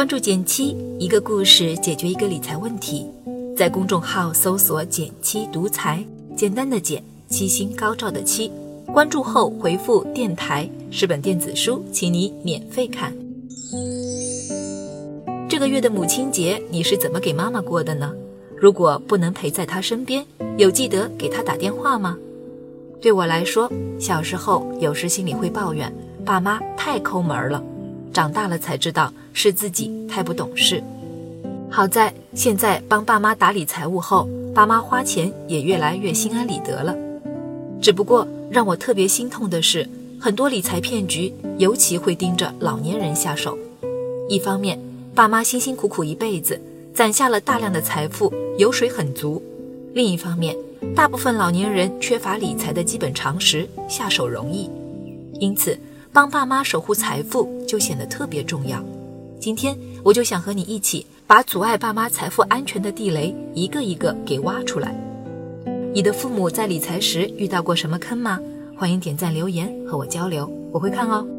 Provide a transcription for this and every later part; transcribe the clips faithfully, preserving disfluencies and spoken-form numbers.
关注减七，一个故事解决一个理财问题。在公众号搜索减七独裁，简单的减，七星高照的七。关注后回复电台，是本电子书，请你免费看。这个月的母亲节，你是怎么给妈妈过的呢？如果不能陪在她身边，有记得给她打电话吗？对我来说，小时候有时心里会抱怨爸妈太抠门了，长大了才知道是自己太不懂事。好在现在帮爸妈打理财务后，爸妈花钱也越来越心安理得了。只不过让我特别心痛的是，很多理财骗局尤其会盯着老年人下手。一方面，爸妈辛辛苦苦一辈子攒下了大量的财富，油水很足；另一方面，大部分老年人缺乏理财的基本常识，下手容易。因此帮爸妈守护财富就显得特别重要。今天我就想和你一起把阻碍爸妈财富安全的地雷一个一个给挖出来。你的父母在理财时遇到过什么坑吗？欢迎点赞留言和我交流，我会看哦。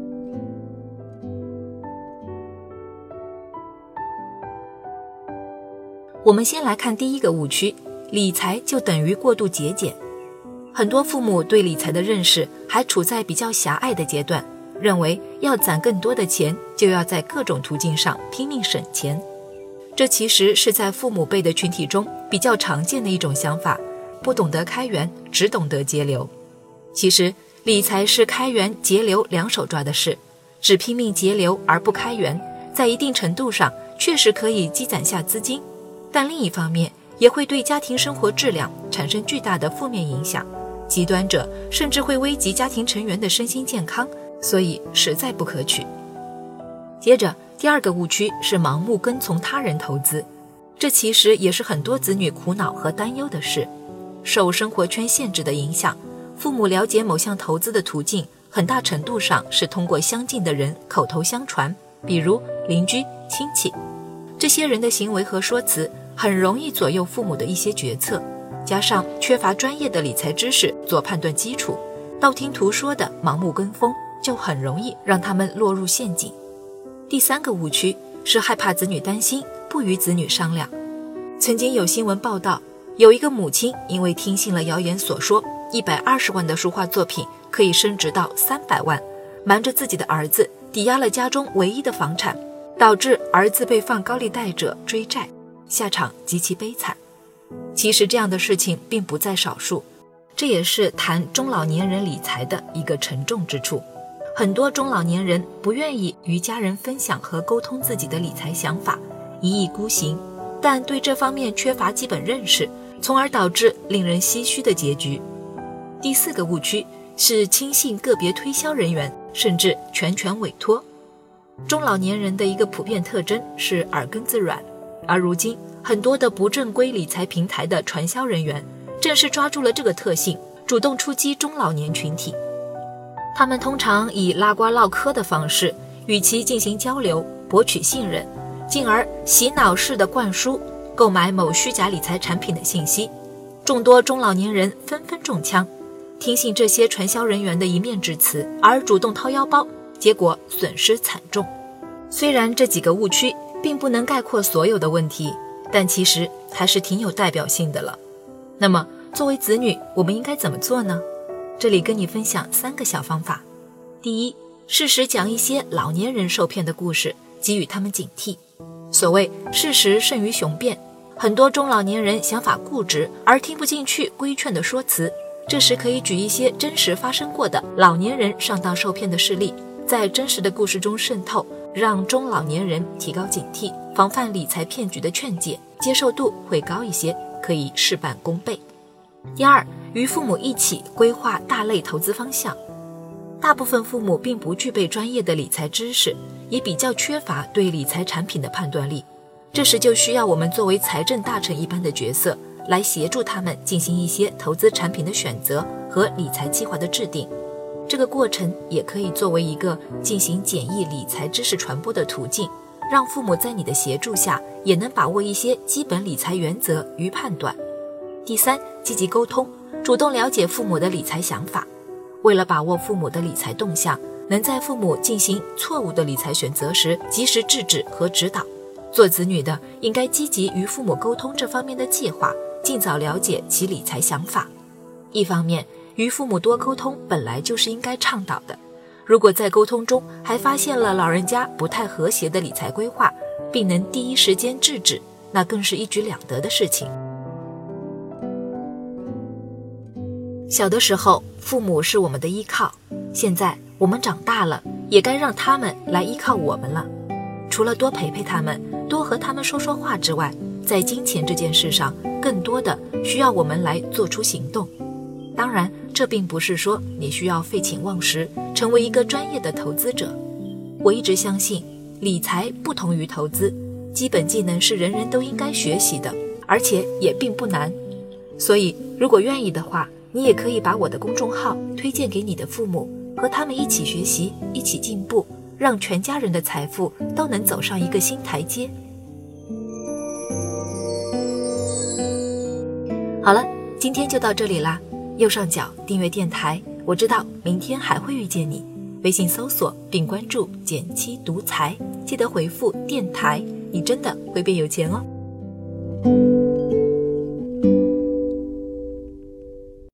我们先来看第一个误区，理财就等于过度节俭。很多父母对理财的认识还处在比较狭隘的阶段，认为要攒更多的钱，就要在各种途径上拼命省钱。这其实是在父母辈的群体中比较常见的一种想法，不懂得开源，只懂得节流。其实理财是开源节流两手抓的事，只拼命节流而不开源，在一定程度上确实可以积攒下资金，但另一方面也会对家庭生活质量产生巨大的负面影响，极端者甚至会危及家庭成员的身心健康，所以实在不可取。接着第二个误区是盲目跟从他人投资，这其实也是很多子女苦恼和担忧的事。受生活圈限制的影响，父母了解某项投资的途径很大程度上是通过相近的人口头相传，比如邻居、亲戚。这些人的行为和说辞很容易左右父母的一些决策，加上缺乏专业的理财知识做判断基础，道听途说的盲目跟风，就很容易让他们落入陷阱。第三个误区是害怕子女担心，不与子女商量。曾经有新闻报道，有一个母亲因为听信了谣言所说一百二十万的书画作品可以升值到三百万，瞒着自己的儿子抵押了家中唯一的房产，导致儿子被放高利贷者追债，下场极其悲惨。其实这样的事情并不在少数，这也是谈中老年人理财的一个沉重之处。很多中老年人不愿意与家人分享和沟通自己的理财想法，一意孤行，但对这方面缺乏基本认识，从而导致令人唏嘘的结局。第四个误区是轻信个别推销人员，甚至全权委托。中老年人的一个普遍特征是耳根子软，而如今很多的不正规理财平台的传销人员正是抓住了这个特性，主动出击中老年群体。他们通常以拉呱唠嗑的方式与其进行交流，博取信任，进而洗脑式的灌输购买某虚假理财产品的信息。众多中老年人纷纷中枪，听信这些传销人员的一面之词而主动掏腰包，结果损失惨重。虽然这几个误区并不能概括所有的问题，但其实还是挺有代表性的了。那么作为子女，我们应该怎么做呢？这里跟你分享三个小方法。第一，适时讲一些老年人受骗的故事，给予他们警惕。所谓事实胜于雄辩，很多中老年人想法固执而听不进去规劝的说辞，这时可以举一些真实发生过的老年人上当受骗的事例，在真实的故事中渗透，让中老年人提高警惕，防范理财骗局的劝解，接受度会高一些，可以事半功倍。第二，与父母一起规划大类投资方向。大部分父母并不具备专业的理财知识，也比较缺乏对理财产品的判断力，这时就需要我们作为财政大臣一般的角色，来协助他们进行一些投资产品的选择和理财计划的制定。这个过程也可以作为一个进行简易理财知识传播的途径，让父母在你的协助下也能把握一些基本理财原则与判断。第三，积极沟通，主动了解父母的理财想法。为了把握父母的理财动向，能在父母进行错误的理财选择时及时制止和指导， 做子女的应该积极与父母沟通这方面的计划，尽早了解其理财想法。一方面，与父母多沟通本来就是应该倡导的，如果在沟通中还发现了老人家不太和谐的理财规划，并能第一时间制止，那更是一举两得的事情。小的时候，父母是我们的依靠，现在我们长大了，也该让他们来依靠我们了。除了多陪陪他们，多和他们说说话之外，在金钱这件事上，更多的需要我们来做出行动。当然，这并不是说你需要废寝忘食，成为一个专业的投资者。我一直相信，理财不同于投资，基本技能是人人都应该学习的，而且也并不难。所以，如果愿意的话，你也可以把我的公众号推荐给你的父母，和他们一起学习，一起进步，让全家人的财富都能走上一个新台阶。好了，今天就到这里啦。右上角订阅电台，我知道明天还会遇见你。微信搜索并关注减七独裁，记得回复电台，你真的会变有钱哦。